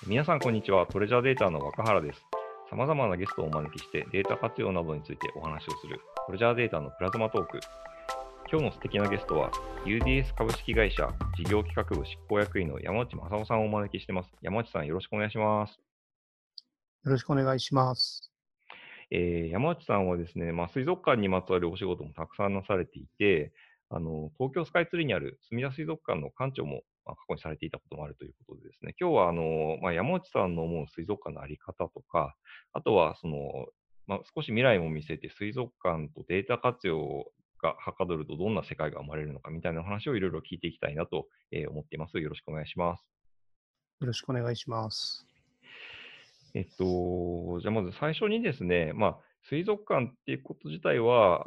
皆さん、こんにちは。トレジャーデータの若原です。様々なゲストをお招きしてデータ活用などについてお話をするトレジャーデータのプラズマトーク。今日の素敵なゲストは UDS 株式会社事業企画部執行役員の山内正夫さんをお招きしています。山内さん、よろしくお願いします。 よろしくお願いします。 山内さんはですね、水族館にまつわるお仕事もたくさんなされていて、東京スカイツリーにあるすみだ水族館の館長も、過去にされていたこともあるということでですね、今日は山内さんの思う水族館のあり方とか、あとは少し未来も見据えて水族館とデータ活用がはかどるとどんな世界が生まれるのかみたいな話をいろいろ聞いていきたいなと思っています。よろしくお願いします。 よろしくお願いします。 じゃあまず最初にですね、水族館っていうこと自体は、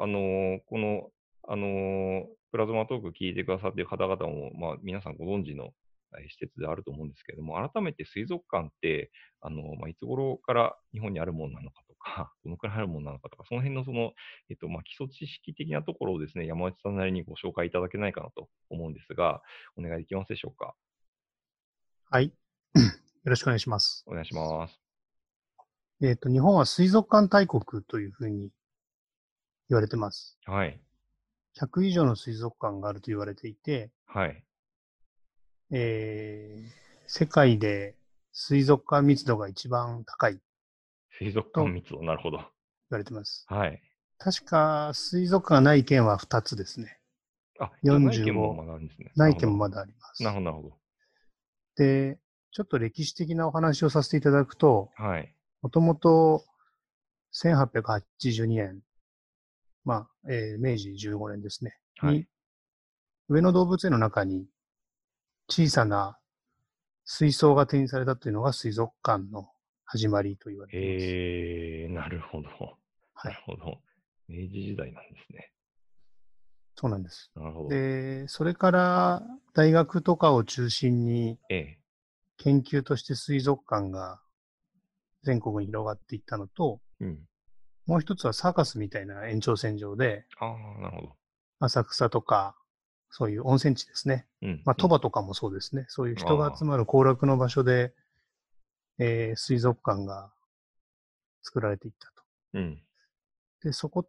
プラズマトーク聞いてくださっている方々も、皆さんご存知の施設であると思うんですけれども、改めて水族館って、いつ頃から日本にあるものなのかとか、どのくらいあるものなのかとか、その辺の基礎知識的なところをですね、山内さんなりにご紹介いただけないかなと思うんですが、お願いできますでしょうか。 はい。よろしくお願いします。 お願いします。 日本は水族館大国というふうに言われてます。 はい。 100以上の水族館があると言われていて、 はい。 世界で水族館密度が一番高い水族館と密度、なるほど。 言われてます。 はい。 確か水族館がない県は2つですね。 あ、じゃあない県も 45、 まだあるんですね。なないるほど、なるほど。 県もまだあります。 なるほど、なるほど。 で、ちょっと歴史的なお話をさせていただくと、 はい。 もともと1882年、明治15年ですね、に、 はい。 上野動物園の中に小さな水槽が展示されたというのが水族館の始まりと言われています。 なるほど。 はい。 なるほど。明治時代なんですね。 そうなんです。 なるほど。 で、それから大学とかを中心にええ。 研究として水族館が全国に広がっていったのと、 うん。 もう一つはサーカスみたいな延長線上で、 ああ、なるほど。 浅草とか、そういう温泉地ですね。 うん、うん。 鳥羽とかもそうですね。そういう人が集あまる行楽の場所で、水族館が作られていったと。 うん。 で、そこと、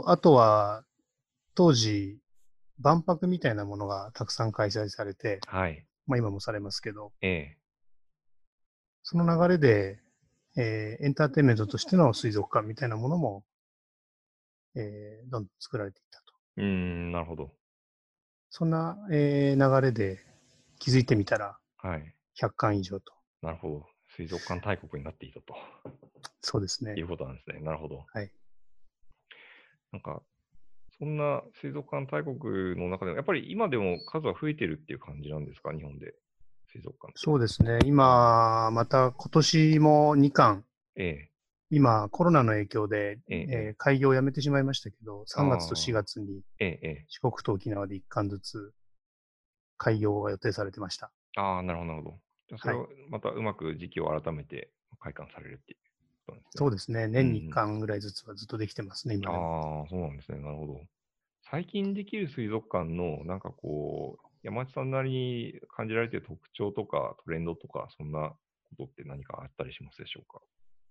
あとは、当時、万博みたいなものがたくさん開催されて、 はい。 今もされますけど、 ええ。 その流れで、エンターテインメントとしての水族館みたいなものも、どんどん作られていったと。 なるほど。 そんな、流れで気づいてみたらはい。 100館以上と。 なるほど。水族館大国になっていたとそうですね。 いうことなんですね。なるほど。 はい。 なんか、そんな水族館大国の中でも、やっぱり今でも数は増えてるっていう感じなんですか、日本で、水族館って。 そうですね。 うん。 今、また今年も2巻、 ええ、 今コロナの影響で、 ええ、ええ。 開業をやめてしまいましたけど、3月と4 ああ、 月にええ、ええ。 四国と沖縄で1巻ずつ開業が予定されてました。 ああ、なるほど、なるほど。じゃあ、それはい。 をまたうまく時期を改めて開館されるっていうことなんですね。 そうですね。 うんう年に1 ん。 巻ぐらいずつはずっとできてますね、今でも。 ああ、そうなんですね。なるほど。最近できる水族館の、山内さんなりに感じられている特徴とかトレンドとか、そんなことって何かあったりしますでしょうか？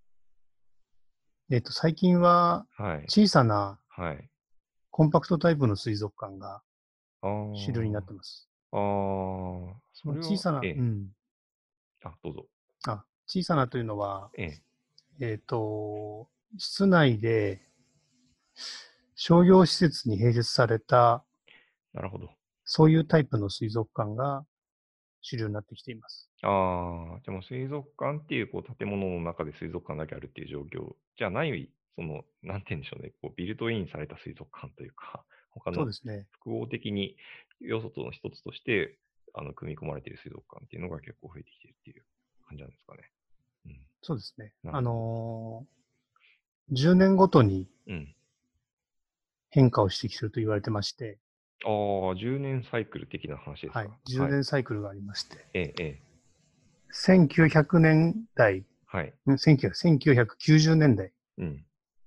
最近ははい。 小さなはい。 コンパクトタイプの水族館が主流になってあます。 あ、ああ、 そのそれは、 小さな、 ええ。どうぞ。 小さなというのは、 ええ。 えっと、室内で商業施設に併設された、 なるほど。 そういうタイプの水族館が主流になってきています。 ああ、じゃ、もう水族館っていう建物の中で水族館だけあるっていう状況じゃない、なんて言うんでしょうね、ビルトインされた水族館というか、他のそうですね。 複合的に要素の一つとして、組み込まれている水族館っていうのが結構増えてきているっていう感じなんですかね。うん。 そうですね。 なるほど。 10年ごとにうん。 変化をしてきていると言われてまして、 ああ、10年サイクル的な話ですか。 はい。10 はい。 年サイクルがありまして、 ええ、ええ。 1900年代、 はい。 1990年代うん。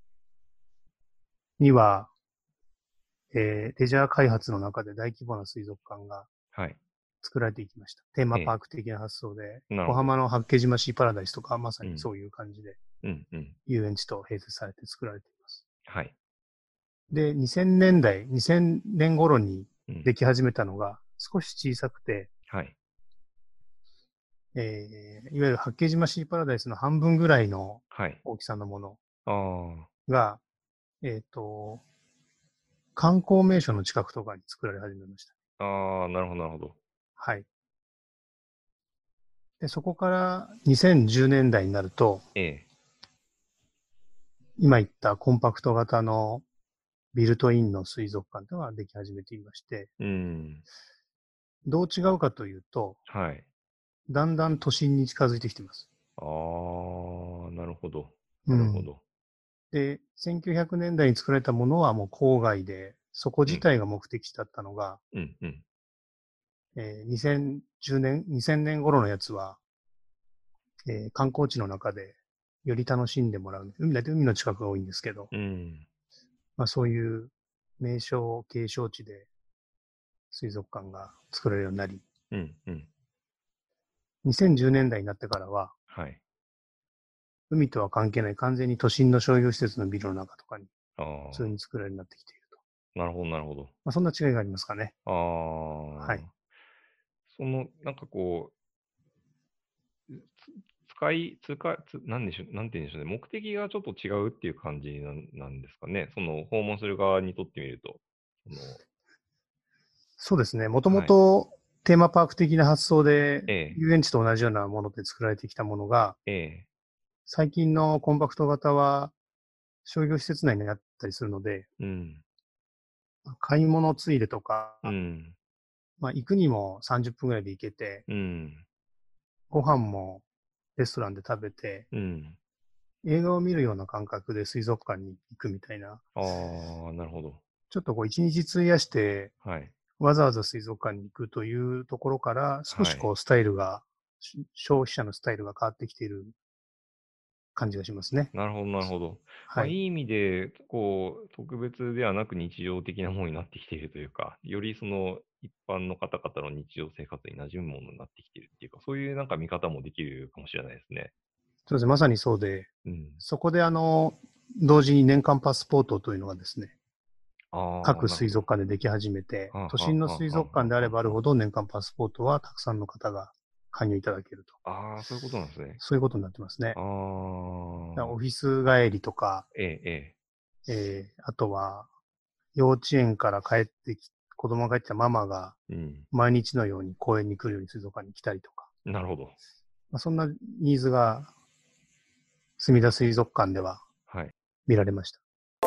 には、レジャー開発の中で大規模な水族館がはい。 作られていきました。テーマパーク的な発想で、 なるほど。 小浜の八景島シーパラダイスとか、まさにそういう感じで、 うんうん。 遊園地と併設されて作られています。 はい。 で、2000年代、2000年頃にうん。 でき始めたのが、少し小さくて、 はい。 いわゆる八景島シーパラダイスの半分ぐらいのはい。 大きさのものあが、観光名所の近くとかに作られ始めました。 あ。ああ、なるほど、なるほど。 はい。で、そこから2010年代になると、 ええ。 今言ったコンパクト型のビルトインの水族館というのができ始めていまして、 うん。 どう違うかというと、 はい。 だんだん都心に近づいてきています。 ああ、なるほど。 うん。 なるほど。 で、1900年代に作られたものはもう郊外で、そこうん。 自体が目的地だったのが、 うん、うん。 2010年、2000年頃のやつは、観光地の中でより楽しんでもらう。大体海の近くが多いんですけど、 うん。 まあそういう名称、景勝地で水族館が作られるようになり、 うん、うん。 2010年代になってからは、 はい。 海とは関係ない完全に都心の商業施設のビルの中とかにあ普通あ、 に作られるようになってきていると。 なるほど、なるほど。 まあそんな違いがありますかね。 あはい。 あ、なんかこう、使い、通過、なんでしょう、なんて言うんでしょうね。目的がちょっと違うっていう感じなんですかね。その、訪問する側にとってみると。その、 そうですね。もともはい。 とテーマパーク的な発想でええ、 遊園地と同じようなもので作られてきたものが、 ええ、 最近のコンパクト型は商業施設内にあったりするので、 うん、 買い物ついでとか、 うん、 まあ行くにも30分ぐらいで行けて、 うん、 ご飯もレストランで食べて、 うん。 映画を見るような感覚で水族館に行くみたいな、 ああ、なるほど。 ちょっとこう一日費やしてはい、 わざわざ水族館に行くというところから、少はい。 しこうスタイルが、消費者のスタイルが変わってきている感じがしますね。 なるほど、なるほど。まあ、いはい。 い意味で、こう、特別ではなく日常的なものになってきているというか、よりその一般の方々の日常生活に馴染むものになってきているっていうか、そういうなんか見方もできるかもしれないですね。 そうですね。まさにそうで、 うん。 そこで同時に年間パスポートというのがですね、 ああ、 各なるほど。 水族館ででき始めて、 はあ、 都はあ、 心の水はあ、は族館であれあ、はあ、はばあるほど年間パスポートはたくさんの方が加入いただけると。 あ。ああ、そういうことなんですね。 そういうことになってますね。 ああ、 だからオフィス帰りとか、 ええ、ええ。 あとは幼稚園から子供が帰ってきたママがうん。 毎日のように公園に来るように水族館に来たりとか、 なるほど。 まあ、そんなニーズがすみだ水族館でははい。 見られました。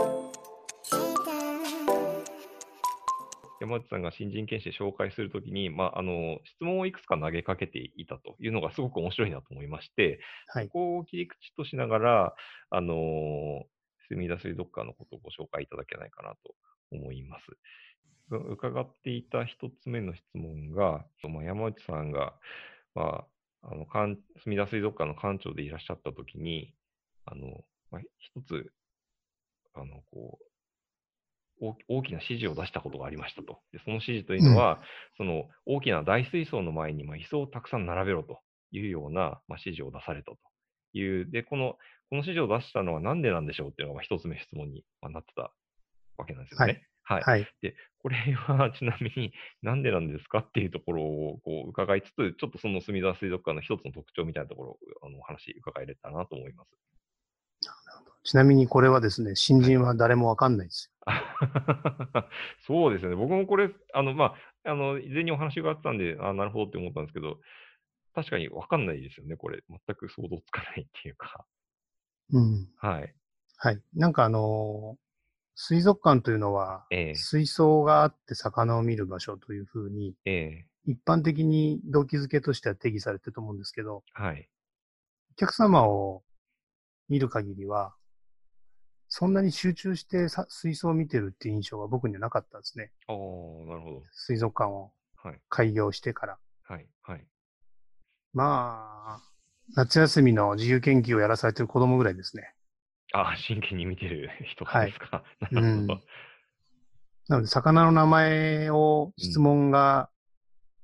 山内さんが新人研修で紹介するときに、質問をいくつか投げかけていたというのがすごく面白いなと思いまして、そはい。 こを切り口としながら、あの、すみだ水族館のことをご紹介いただけないかなと思います。伺っていた一つ目の質問が、山内さんが、ますみだ水族館の館長でいらっしゃったときに、一つ、こう、大きな指示を出したことがありましたと。で、その指示といううん。 のは、その大きな大水槽の前に椅子をたくさん並べろというような、指示を出されたという。で、この指示を出したのは何でなんでしょうっていうのが一つ目質問になってたわけなんですよはい。 ね。はい。 はい。 で、これはちなみになんでなんですかっていうところをこう伺いつつ、ちょっとその墨田水族館の一つの特徴みたいなところをお話伺えれたらなと思います。 ちなみにこれはですね、新はい。 人は誰もわかんないです。 そうですよね。僕もこれ、事前にお話があったんで、なるほどって思ったんですけど、確かにわかんないですよね、これ。全く想像つかないっていうか。 うん。 はい。 はい。なんか水族館というのは、 ええ、 水槽があって魚を見る場所というふうに、 ええ、 一般的に動機づけとしては定義されてると思うんですけど、 はい。 お客様を見る限りは、そんなに集中して水槽を見てるっていう印象は僕にはなかったですね。 ああ、なるほど。 水族館をはい、 開業してから。 はい、はい。 まあ、夏休みの自由研究をやらされてる子供ぐらいですね。 ああ、真剣に見てる人がはい。 ですか。なるほど。 うん。なので、魚の名前を質うん、 問が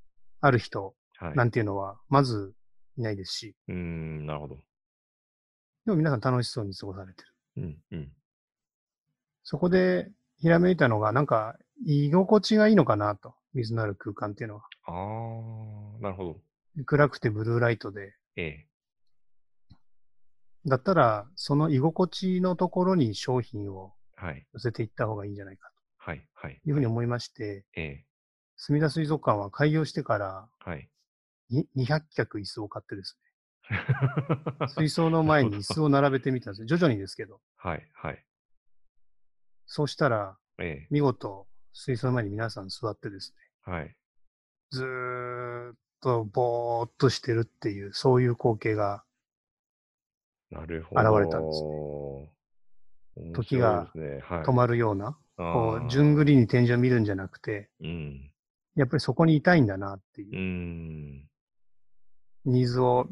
ある人はい。 なんていうのは、まずいないですし、 なるほど。 でも皆さん楽しそうに過ごされてる。 うん、うん。 そこでひらめいたのが、なんか、居心地がいいのかなと。水のある空間っていうのは。 ああ、なるほど。 暗くてブルーライトで。 ええ。 だったら、その居心地のところに商品をはい。 寄せていった方がいいんじゃないかはい、はい、はい。 というふうに思いまして、 ええ。 すみだ水族館は開業してからはい。 200脚椅子を買ってですね、 な水槽のるほど。 前に椅子を並べてみたんですよ。徐々にですけど。 はい、はい。 そうしたら、 ええ。 見事、水槽の前に皆さん座ってですね、 はい。 ずーっとぼーっとしてるっていう、そういう光景がなるほ現れたんですね。 ど。面時が白いですね。は止い。 まるような、こう、じゅんぐああ、 りに天井を見るんじゃなくて、 うん。 やっぱりそこにいたいんだなっていうニーズを、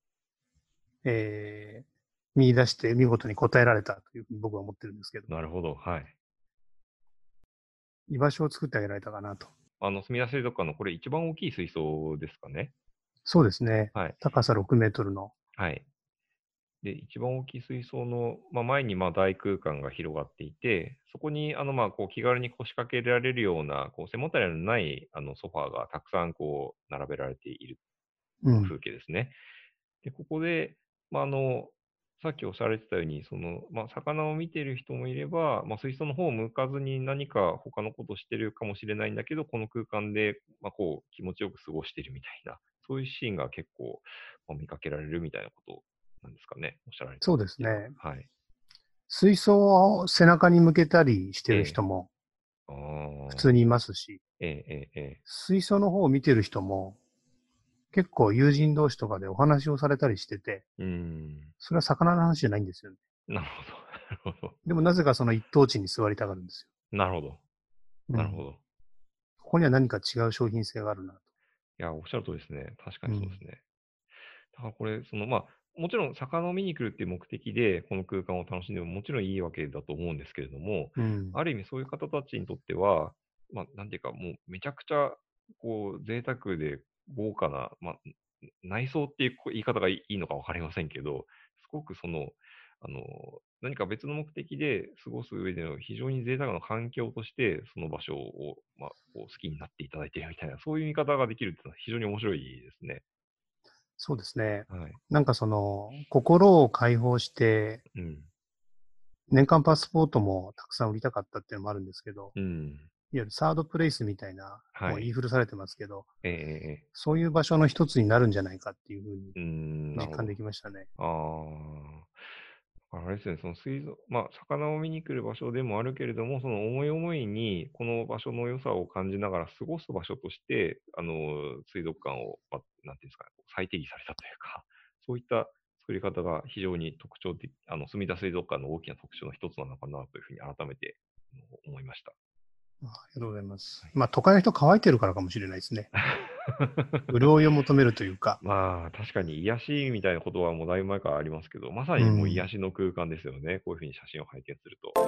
見出して見事に答えられたというふうに僕は思ってるんですけど、 なるほど。はい。 居場所を作ってあげられたかなと。 すみだ水族館のこれ一番大きい水槽ですかね。 そうですね。 はい。 高さ6メートルの。 はい。で、一番大きい水槽の、前に大空間が広がっていて、そこにこう気軽に腰掛けられるような、こう背もたれのないソファーがたくさんこう並べられているうん。 風景ですね。で、ここで、まあ、あの、さっきおっしゃられてたように、魚を見ている人もいれば、水槽の方を向かずに何か他のことをしてるかもしれないんだけど、この空間で、こう、気持ちよく過ごしているみたいな、そういうシーンが結構、見かけられるみたいなことなんですかね。おっしゃられてそうたっていうのは。 ですね。 はい。 水槽を背中に向けたりしてええ。 る人もああ。 普通にいますし、 ええ、ええ、ええ。 水槽の方を見てる人も結構友人同士とかでお話をされたりしてて、 うーん。 それは魚の話じゃないんですよね。 なるほど。なるほど。 でもなぜかその一等地に座りたがるんですなるほど。 よ。うん。 なるほど。 ここには何か違う商品性があるなと。 いや、おっしゃるとりですね。確かうん。 にそうですね。だからこれ、もちろん魚を見に来るっていう目的で、この空間を楽しんでももちろんいいわけだと思うんですけれども、 うん。 ある意味そういう方たちにとっては、なんていうか、もうめちゃくちゃ、こう、贅沢で豪華な、内装っていう言い方がいいのかわかりませんけど、すごくあの、何か別の目的で過ごす上での非常に贅沢な環境として、その場所を、こう好きになっていただいているみたいな、そういう見方ができるっていうのは非常に面白いですね。 そうですね。 はい。 なんかその、心を解放して、 うん。 年間パスポートもたくさん売りたかったっていうのもあるんですけど、 うん。 いわゆるサードプレイスみたいな、もう言いはい。 古されてますけど、 ええええええ。 そういう場所の一つになるんじゃないかっていうふうになるほど。 実感できましたね。 ああれですね、その魚を見に来る場所でもあるけれども、その思い思いにこの場所の良さを感じながら過ごす場所として、水族館を、なんていうんですかね、再定義されたというか、そういった作り方が非常に特徴的、すみだ水族館の大きな特徴の一つなのかなというふうに改めて思いました。 ありがとうございます。 はい。 まあ、都会の人乾いてるからかもしれないですね。潤いを求めるというか。 確かに癒しみたいな言葉もだいぶ前からありますけど、まさにもううん。 癒しの空間ですよね。こういうふうに写真を拝見すると。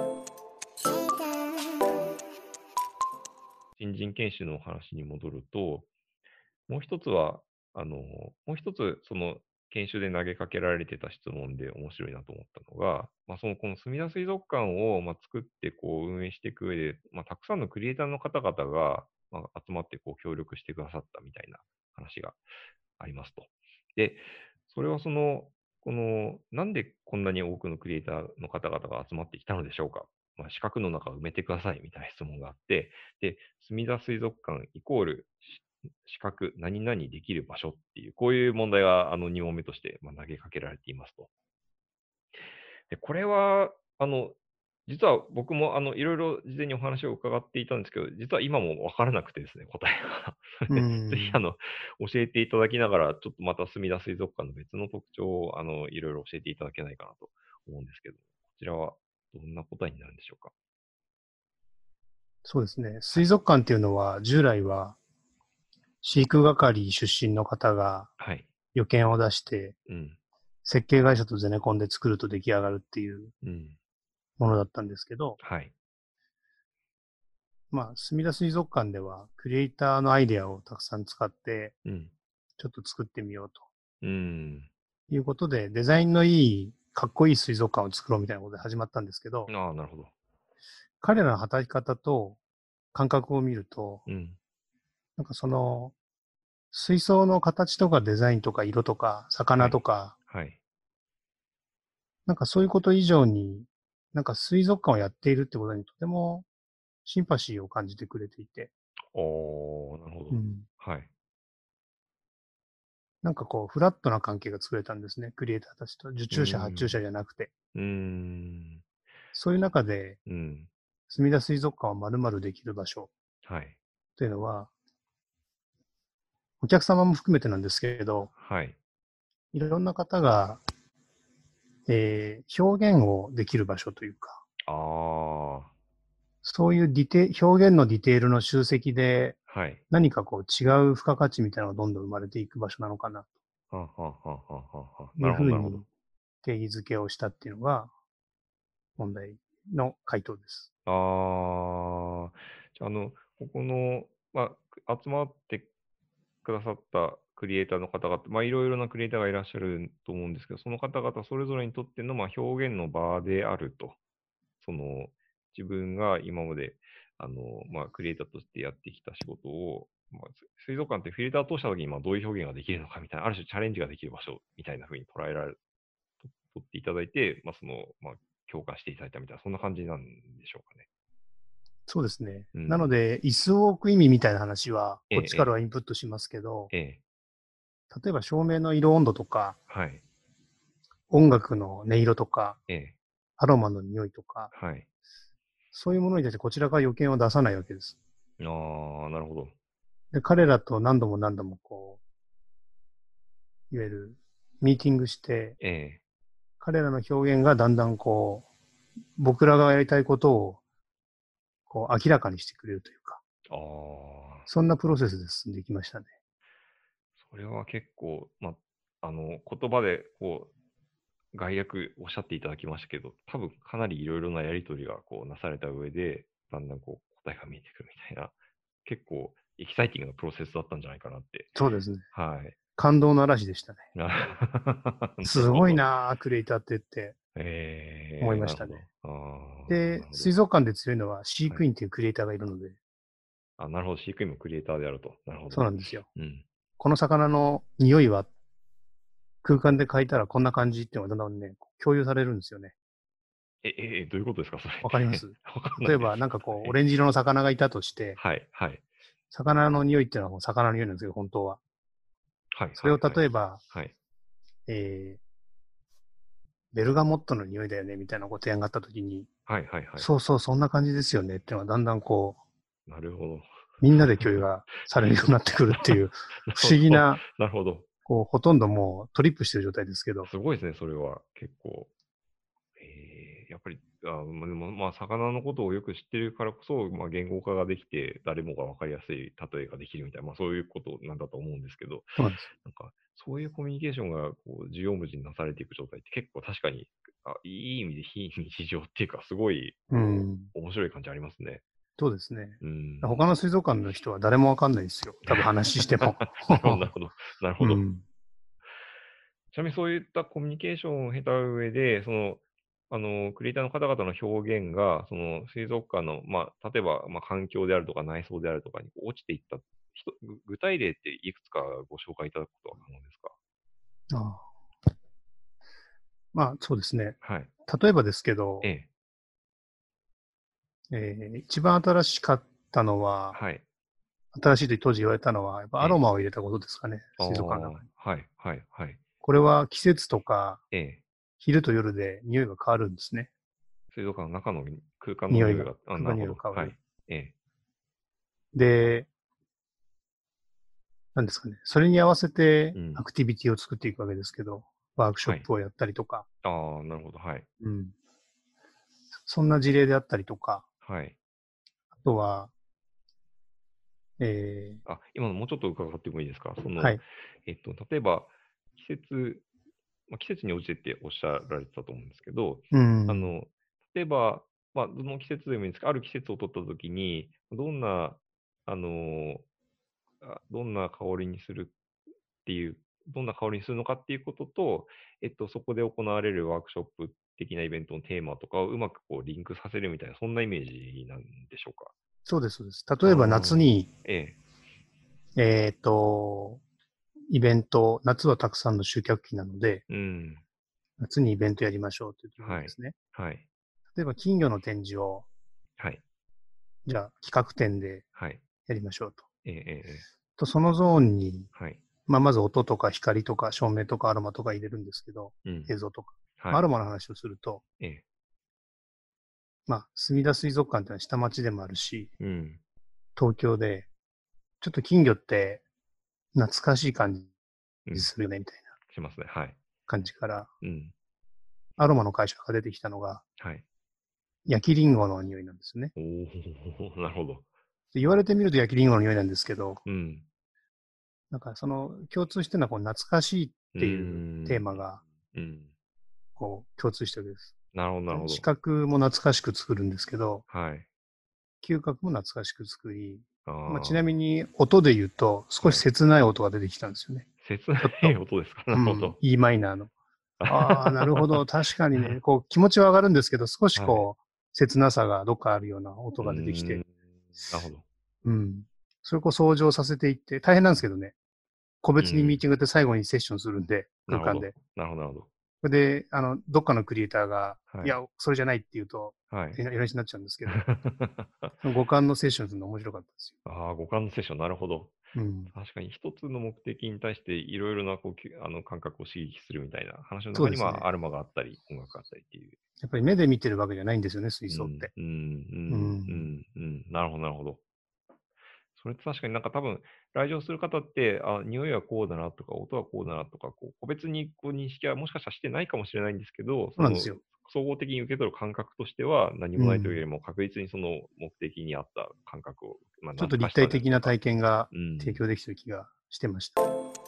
新人研修のお話に戻ると、もう一つは、もう一つ、その研修で投げかけられてた質問で面白いなと思ったのが、このすみだ水族館を、作って、こう、運営していく上で、たくさんのクリエイターの方々が、集まって、こう、協力してくださったみたいな話がありますと。で、それはなんでこんなに多くのクリエイターの方々が集まってきたのでしょうか。四角の中を埋めてくださいみたいな質問があって、で、すみだ水族館イコール四角何々できる場所っていう、こういう問題が2問目として、投げかけられていますと。で、これは、実は僕もいろいろ事前にお話を伺っていたんですけど、実は今もわからなくてですね、答えが。 うぜひん。 教えていただきながら、ちょっとまたすみだ水族館の別の特徴をいろいろ教えていただけないかなと思うんですけど、こちらはどんな答えになるんでしょうか。 そうですね。 はい。 水族館っていうのは、従来は飼育係出身の方がはい。 予見を出して、 うん。 設計会社とゼネコンで作ると出来上がるっていううん。 ものだったんですけど、 はい。 すみだ水族館では、クリエイターのアイデアをたくさん使って、 うん。 ちょっと作ってみよううん。 ということで、デザインのいい、かっこいい水族館を作ろうみたいなことで始まったんですけど、 ああ、なるほど。 彼らの働き方と感覚を見ると、 うん。 なんかその、水槽の形とかデザインとか色とかはい。 魚とか、 はい。 なんかそういうこと以上に、なんか水族館をやっているってことにとてもシンパシーを感じてくれていて、 おー、なるほど。 うん。 はい。 なんかこう、フラットな関係が作れたんですね。クリエイターたちと。受うー注者、発注者ん。 じゃなくて。 うーん。 そういう中で、 うん。 すみだ水族館は〇〇できる場所はい。 というのは、お客様も含めてなんですけれど、 はい。 いろんな方が、表現をできる場所というか、 ああ、 そういう表現のディテールの集積で、 はい。 何かこう違う付加価値みたいなのがどんどん生まれていく場所なのかなはあ、はあはあはあはあ、 というなるほど、なるほど。 ふうに定義づけをしたっていうのが問題の回答です。 ああ、じゃあ、ここの、集まってくださったクリエイターの方々、いろいろなクリエイターがいらっしゃると思うんですけど、その方々それぞれにとっての、表現の場であると。その、自分が今まで、クリエイターとしてやってきた仕事を、水族館ってフィルターを通したときに、どういう表現ができるのかみたいな、ある種チャレンジができる場所みたいな風に捉えられる、取っていただいて、共感していただいたみたいな、そんな感じなんでしょうかね。 そうですね。 うん。 なので、椅子を置く意味みたいな話は、 ええ、 こっちからはインプットしますけど、 ええ、ええ、 例えば照明の色温度とか、 はい、 音楽の音色とか、 ええ、 アロマの匂いとか、 はい。 そういうものに対してこちらから予見を出さないわけです。 ああ、なるほど。 で、彼らと何度も何度もいわゆるミーティングして、 ええ、 彼らの表現がだんだん僕らがやりたいことを明らかにしてくれるというか、 ああ、 そんなプロセスで進んでいきましたね。 それは結構、言葉で概略おっしゃっていただきましたけど、多分かなりいろいろなやり取りがなされた上で、だんだん答えが見えてくるみたいな、結構エキサイティングなプロセスだったんじゃないかなって。 そうですね。 はい。 感動の嵐でしたね。 なすごいるほど。 なぁ、クリエイターってって思ええ、 いましたね。 なるほど。ああ、なで、 るほど。 水族館で強いのは飼はい。 育員っていうクリエイターがいるので、 あ、なるほど。飼育員もクリエイターであると。なるほど。 そうなんですよ。 うん。 この魚の匂いは空間で描いたらこんな感じっていうのがだんだんね、共有されるんですよね。 どういうことですか、それって。 わかります？ わかんな例えいです。 ばオはい。 レンジ色の魚がいたとして、 はい。はい。 魚の匂いっていうのはもう魚の匂いなんですけど、本当は。 はい。 それをはい。はい。 例えば、 はい。 えー、ベルガモットの匂いだよねみたいなご提案があったときに、 はい。はい。はい。 そうそう、そんな感じですよねっていうのがだんだんなるほど。 みんなで共有がされるようになってくるっていうな不るほど。 思議な、 なるほど。 ほとんどもうトリップしてる状態ですけど、 すごいですね、それは。結構。やっぱり、でも、魚のことをよく知ってるからこそ、言語化ができて、誰もが分かりやすい例えができるみたいな、そういうことなんだと思うんですけど、 そうなんです。 なんか、そういうコミュニケーションが、縦横無尽になされていく状態って結構確かに、いい意味で非日常っていうか、すごい、 うん。 面白い感じありますね。 そうですね。 うん。 他の水族館の人は誰もわかんないですよ。多分話しても。 なるほど、なるほど。なるほど。 うん。 ちなみにそういったコミュニケーションを経た上で、クリエイターの方々の表現が、水族館の、例えば、環境であるとか内装であるとかに落ちていった具体例っていくつかご紹介いただくことは可能ですか？ ああ、そうですね。 はい。 例えばですけど、 ええ。 一番新しかったのは、 はい。 新しいと当時言われたのは、やっぱアええ。 ロマを入れたことですかね。 ああ、 水族館の中に。 はい、はい、はい。 これは季節とかええ。 昼と夜で匂いが変わるんですね。 水族館の中の空間の匂いが、 匂いが、 空間匂いがなるほど。はい。 変わる。 ええ。 で、なんですかね。それに合わせてうん。 アクティビティを作っていくわけですけど、ワークショはい。 ップをやったりとか、 ああ、なるほど。はい。 うん。そんな事例であったりとか、 はい。 あとは、えー、 今のもうちょっと伺ってもいいですか？ はい。 例えば、季節季節に応じてっておっしゃられてたと思うんですけど、 うん。 例えば、 まあ、どの季節でもいいんですけど、ある季節を取ったときに、どんな香りにするっていう、どんな香りにするのかっていうことと、そこで行われるワークショップ的なイベントのテーマとかをうまくこうリンクさせるみたいな、そんなイメージなんでしょうか。 そうです、そうです。例えば夏ああ、 に、 ええ、 えっと、イベント、夏はたくさんの集客期なので、 うん、 夏にイベントやりましょうという時にはい、 ですね、 はい、 例えば金魚の展示を、 はい、 じゃあ企画展ではい、 やりましょうと。 ええ、ええ、ええそのゾーンに、 はい、 まず音とか光とか照明とかアロマとか入れるんですけど、 うん、 映像とか。 はい、 アロマの話をすると、 ええ、 すみだ水族館ってのは下町でもあるし、 うん、 東京で、ちょっと金魚って懐かしい感うん、 じするよね、みたいなしますね。はい、 感じから、 うん、 アロマの会社が出てきたのが、 はい。 焼きリンゴの匂いなんですよね。 おお、なるほど。 で言われてみると焼きリンゴの匂いなんですけど、 うん、 なんかその共通してるのはこう懐かしいっうーていうテーん、 マがうん。 こう共通してるわけです。 なるほど、なるほ視ど。 覚も懐かしく作るんですけど、 はい。 嗅覚も懐かしく作り、 あちなみあ、 に音で言うと少しはい。 切ない音が出てきたんですよね。 切なちょっと、 い音ですか？なうん、 るほど。 E マイナーの。ああ、なるほど。確かにね、こう気持ちは上がるんですけど、少しはい。 こう、切なさがどっかあるような音うーが出てきん、 て、 なるほど。 うん。それをこう相乗させていって、大変なんですけどね、個別にミーうん、 ティングって最後にセッションするんで、 なるほど。 空間で。 なるほど、なるほど。 それで、どっかのクリエイターが、 はい。 いや、それじゃないって言うと、 はい。 いなしになっちゃうんですけど、その五感のセッションするの面白かったですああ、五感のセッション、なるほど。 よ。うん。 確かに一つの目的に対していろいろなこう感覚を刺激するみたいな話の中には、 そうですね。 アルマがあったり、音楽があったりっていう。 やっぱり目で見てるわけじゃないんですよね、水うん、 槽って。 うん、うん、ううん。 ん、うん。なるほど、なるほど。それって確かになんか多分、来場する方って、あ、匂いはこうだなとか、音はこうだなとか、こう個別にこう認識はもしかしたらしてないかもしれないんですけど、そのそうなんですよ。 総合的に受け取る感覚としては、何もないというようん。 りも確実にその目的に合った感覚を、まあ、 ちょっと懐かし立体的なさであるとか。 体験がうん。 提供できてる気がしてました。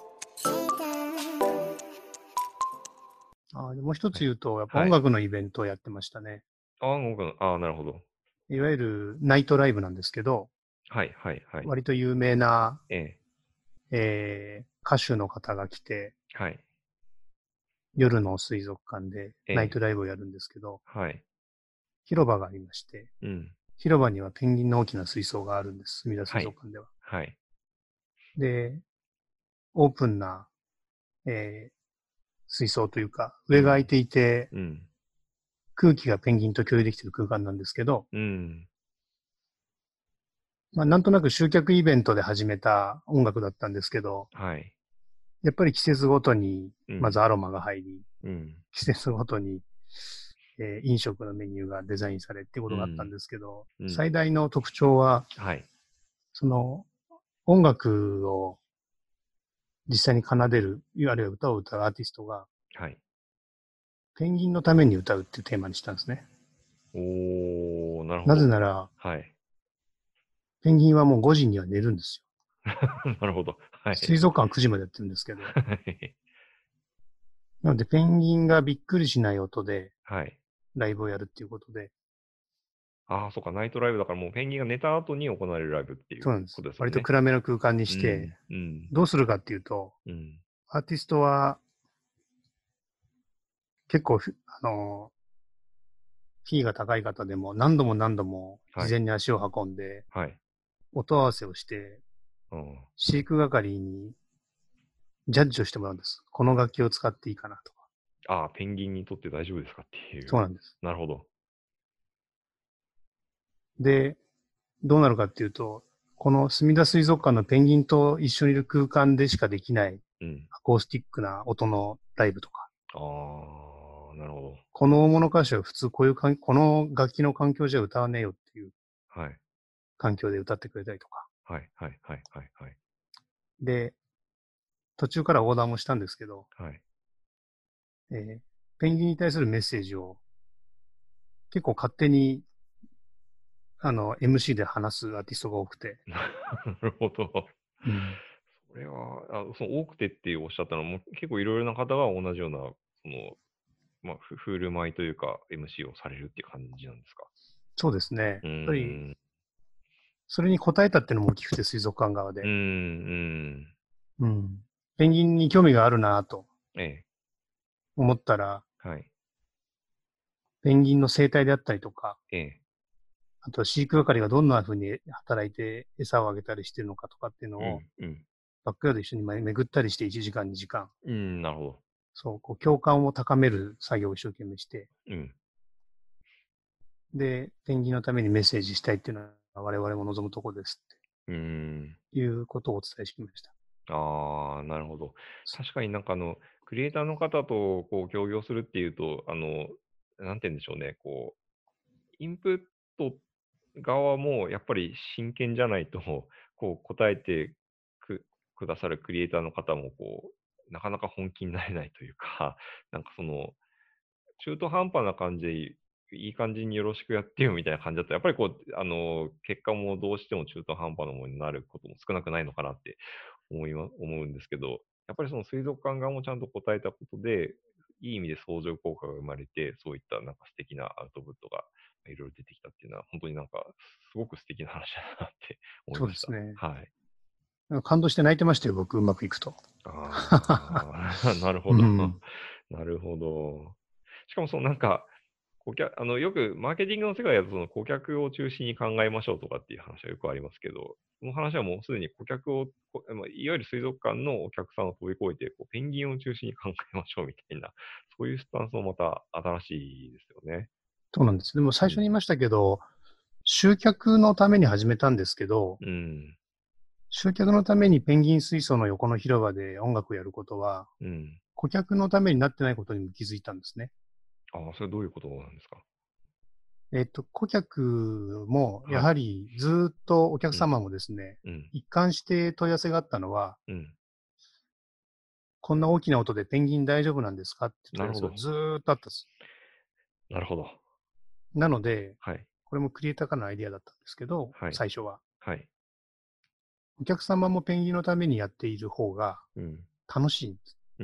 もう一はい。 つ言うと、やっぱはい。 音楽のイベントをやってましたね。 なるほど。 いわゆるナイトライブなんですけど、 はい、はい、はい。 割と有名な、 ええ、 歌手の方が来て、 はい、 夜の水族館でええ、 ナイトライブをやるんですけど、 はい。 広場がありまして、 うん。 広場にはペンギンの大きな水槽があるんです。すみだ水はい、 族館では。 はい。 で、オープンな、えー水槽というか、 うん、 上が開いていて、 うん、 空気がペンギンと共有できている空間なんですけど、 うん。 なんとなく集客イベントで始めた音楽だったんですけど、 はい。 やっぱり季節ごとに、 うん、 まずアロマが入り、 うん、 季節ごとに、飲食のメニューがデザインされっていうことがあったんうん、 ですけど、 うん。 最大の特徴は、 はい。 その音楽を実際に奏でる、あるいは歌を歌うアーティストが、 はい。 ペンギンのために歌うっていうテーマにしたんですね。 おー、なるほなぜど。 なら、 はい。 ペンギンはもう5時には寝るんですなるほど。はよ。 い。 水族館は9時までやってるんですけど、 はい。 なのでペンギンがびっくりしない音ではい。 ライブをやるっていうことで、 ああ、そっか、ナイトライブだからもうペンギンが寝た後に行われるライブっていうそうなんです。割とことですもんね。 暗めの空間にして、 うん、うん、 どうするかっていうと、 うん。 アーティストは結構あの、フィーが高い方でも何度も何度もはい。 事前に足を運んで、 はい。 音合わせをして、 うん。 飼育係にジャッジをしてもらうんです。この楽器を使っていいかなとか。 ああ、ペンギンにとって大丈夫ですかっていう。 そうなんです。 なるほど。 で、どうなるかっていうと、この墨田水族館のペンギンと一緒にいる空間でしかできないうん。 アコースティックな音のライブとか、 ああ、なるほど。 この大物歌手は普通この楽器の環境じゃ歌わねえよっていうはい。 環境で歌ってくれたりとか。 はい、はい、はい、はい、はい。 で、途中からオーダーもしたんですけど、 はい。 えーペンギンに対するメッセージを結構勝手にMC で話すアーティストが多くて、 なるほど。 うん、 それは、その多くてっておっしゃったのも、結構いろいろな方が同じような、その、まあ、振る舞いというか、MC をされるっていう感じなんですか？ そうですね。やっうーぱり、 ん。 それに応えたっていうのも大きくて、水族館側うーん、 で。 うん。 うん。ペンギンに興味があるなとええ、 思ったら、 はい。 ペンギンの生態であったりとか、 ええ、 あと飼育係がどんな風に働いて餌をあげたりしてるのかとかっていうのを、 うん、うん。 バックヤード一緒に巡ったりして1時間、2時間、 うん、なるほど。 そう、こう共感を高める作業を一生懸命して、 うん。 で、ペンギンのためにメッセージしたいっていうのは我々も望むところですうーん。 っていうことをお伝えしてきました。 ああ、なるほど。確かになんかクリエイターの方とこう協業するっていうと、なんて言うんでしょうね、こう、インプット側もやっぱり真剣じゃないと、こう答えてくださるクリエイターの方もこう、なかなか本気になれないというか、なんか中途半端な感じで、いい感じによろしくやってよみたいな感じだと、やっぱりこう、結果もどうしても中途半端なものになることも少なくないのかなって思うんですけど、やっぱりその水族館側もちゃんと答えたことで、いい意味で相乗効果が生まれて、そういったなんか素敵なアウトプットがいろいろ出てきたっていうのは、本当になんか、すごく素敵な話だなって思いそうました。 ですね。 はい。 感動して泣いてましたよ、僕、うまくいくと。 ああ、なるほど。 うん。 なるほど。しかもなんか、よくマーケティングの世界だとその顧客を中心に考えましょうとかっていう話はよくありますけど、その話はもうすでに顧客を、まあ、いわゆる水族館のお客さんを飛び越えて、こうペンギンを中心に考えましょうみたいな、そういうスタンスもまた新しいですよね。 そうなんです。でもうん。 最初に言いましたけど、集客のために始めたんですけど、 うん。 集客のためにペンギン水槽の横の広場で音楽をやることは、 うん。 顧客のためになってないことにも気づいたんですね。 ああ、それどういうことなんですか？ 顧客もやはい。 はりずっとお客うん。 様もですね、 うん。 一貫して問い合わせがあったのは、 うん。 こんな大きな音でペンギン大丈夫なんですかって問い合わせがなるほど。 ずーっとあったんです。 なるほど。 なので、 はい。 これもクリエイターからのアイディアだったんですけど、 はい。 最初は。 はい。 お客様もペンギンのためにやっている方がうん。 楽しいんです。 うん。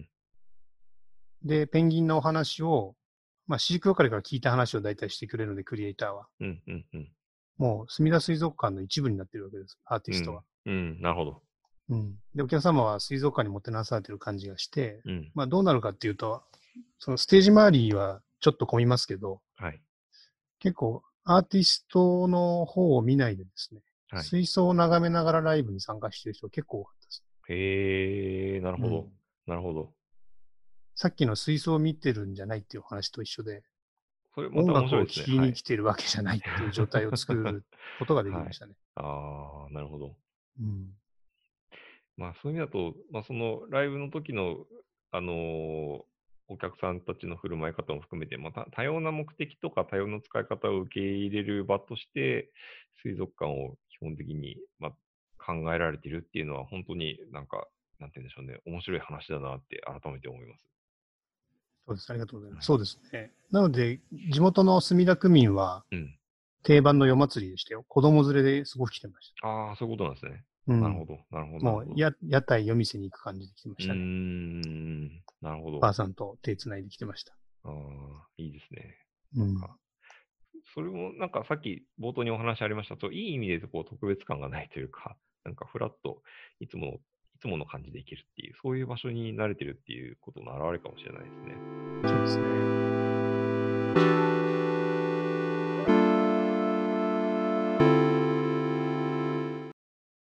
で、ペンギンのお話を、飼育係から聞いた話を大体してくれるので、クリエイターは。 うん。うん。うん。 もう、すみだ水族館の一部になってるわけです、アーティストは。 うん。うん。なるほど。 うん。で、お客様は水族館にもてなされてる感じがして、 うん。 どうなるかっていうと、そのステージ周りはちょっと混みますけど、 はい。 結構アーティストの方を見ないでですね、 はい。 水槽を眺めながらライブに参加している人結構多かったですへえ、なるね。うん。 ほど。なるほど。 さっきの水槽を見てるんじゃないっていうお話と一緒で、 それまた音楽を聴面白いですね。はい。 きに来てるわけじゃないっていう状態を作ることができはい。 ましたね。 ああ、なるほど。 うん。 まあ、そういう意味だと、まあ、そのライブの時の、あのーお客さんたちの振る舞い方も含めて、また多様な目的とか多様な使い方を受け入れる場として、水族館を基本的に、まあ、考えられているっていうのは、本当になんか、なんて言うんでしょうね、面白い話だなって改めて思います。 そうです。ありがとうございます。 はい。 そうですね。なので、地元の墨田区民はうん。 定番の夜祭りでしたよ。子供連れですごく来てました。 ああ、そういうことなんですね。 うん。 なるほど、なるほど、なるほど。 もう屋台夜店に行く感じで来てまうーしたね。 ん、なるほど。 ばあさんと手つないで来てました。 ああ、いいですね。 うん。 なんか、それもなんかさっき冒頭にお話ありましたと、いい意味でこう特別感がないというか、なんかフラッといつもの感じでいけるっていう、そういう場所に慣れてるっていうことの表れかもしれないですね。 そうですね。